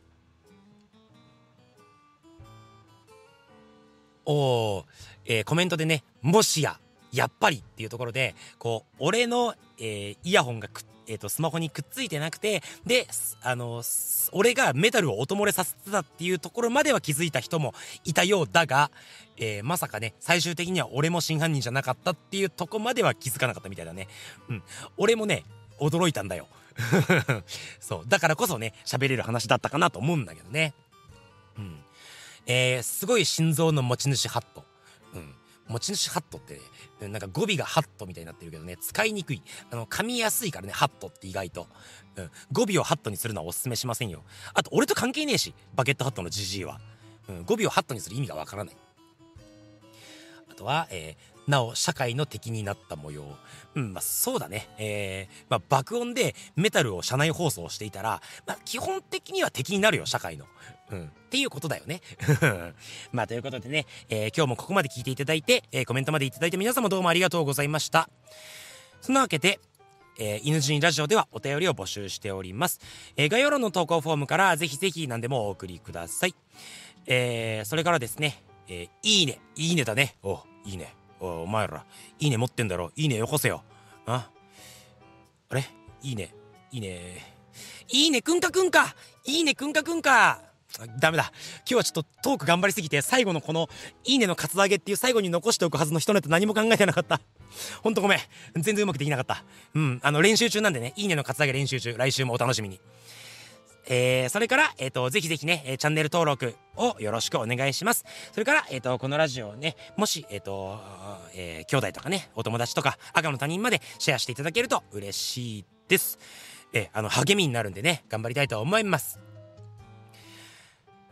S1: おー、えー、コメントでねもしややっぱりっていうところで、こう俺の、えー、イヤホンがく、えー、とスマホにくっついてなくて、であの俺がメタルを音漏れさせてたっていうところまでは気づいた人もいたようだが、えー、まさかね最終的には俺も真犯人じゃなかったっていうとこまでは気づかなかったみたいだね。うん俺もね驚いたんだよそうだからこそね喋れる話だったかなと思うんだけどね。うんえー、すごい心臓の持ち主ハット。うん持ち主ハットってね、なんか語尾がハットみたいになってるけどね、使いにくい。あの噛みやすいからねハットって意外と、うん、語尾をハットにするのはおすすめしませんよ。あと俺と関係ねえしバケットハットのジジイは、うん、語尾をハットにする意味がわからない。あとは、えー、なお社会の敵になった模様。うんまあそうだね。えー、まあ爆音でメタルを車内放送していたら、まあ基本的には敵になるよ社会の。うんっていうことだよねまあということでね、えー、今日もここまで聞いていただいて、えー、コメントまでいただいて皆様どうもありがとうございました。そんなわけで、えー、犬死にラジオではお便りを募集しております。えー、概要欄の投稿フォームからぜひぜひ何でもお送りください。えー、それからですね、えー、いいねいいねだね。おいいねおお前らいいね持ってんだろ、いいねよこせよ。ああれいいねいいねいいねくんかくんかいいねくんかくんか。ダメだ今日はちょっとトーク頑張りすぎて最後のこのいいねのカツアゲっていう最後に残しておくはずの人ネタ何も考えてなかった。ほんとごめん全然うまくできなかった。うんあの練習中なんでね、いいねのカツアゲ練習中、来週もお楽しみに。えー、それからえっ、ー、とぜひぜひね、えー、チャンネル登録をよろしくお願いします。それからえっ、ー、とこのラジオをねもしえっ、ー、と、えー、兄弟とかねお友達とか赤の他人までシェアしていただけると嬉しいです。えー、あの励みになるんでね頑張りたいと思います。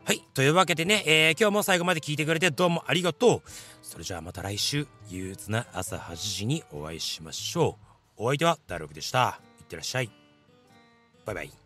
S1: はい、というわけでね、えー今日も最後まで聞いてくれてどうもありがとう。それじゃあまた来週憂鬱な朝はちじにお会いしましょう。お相手はダルクでした。いってらっしゃい。バイバイ。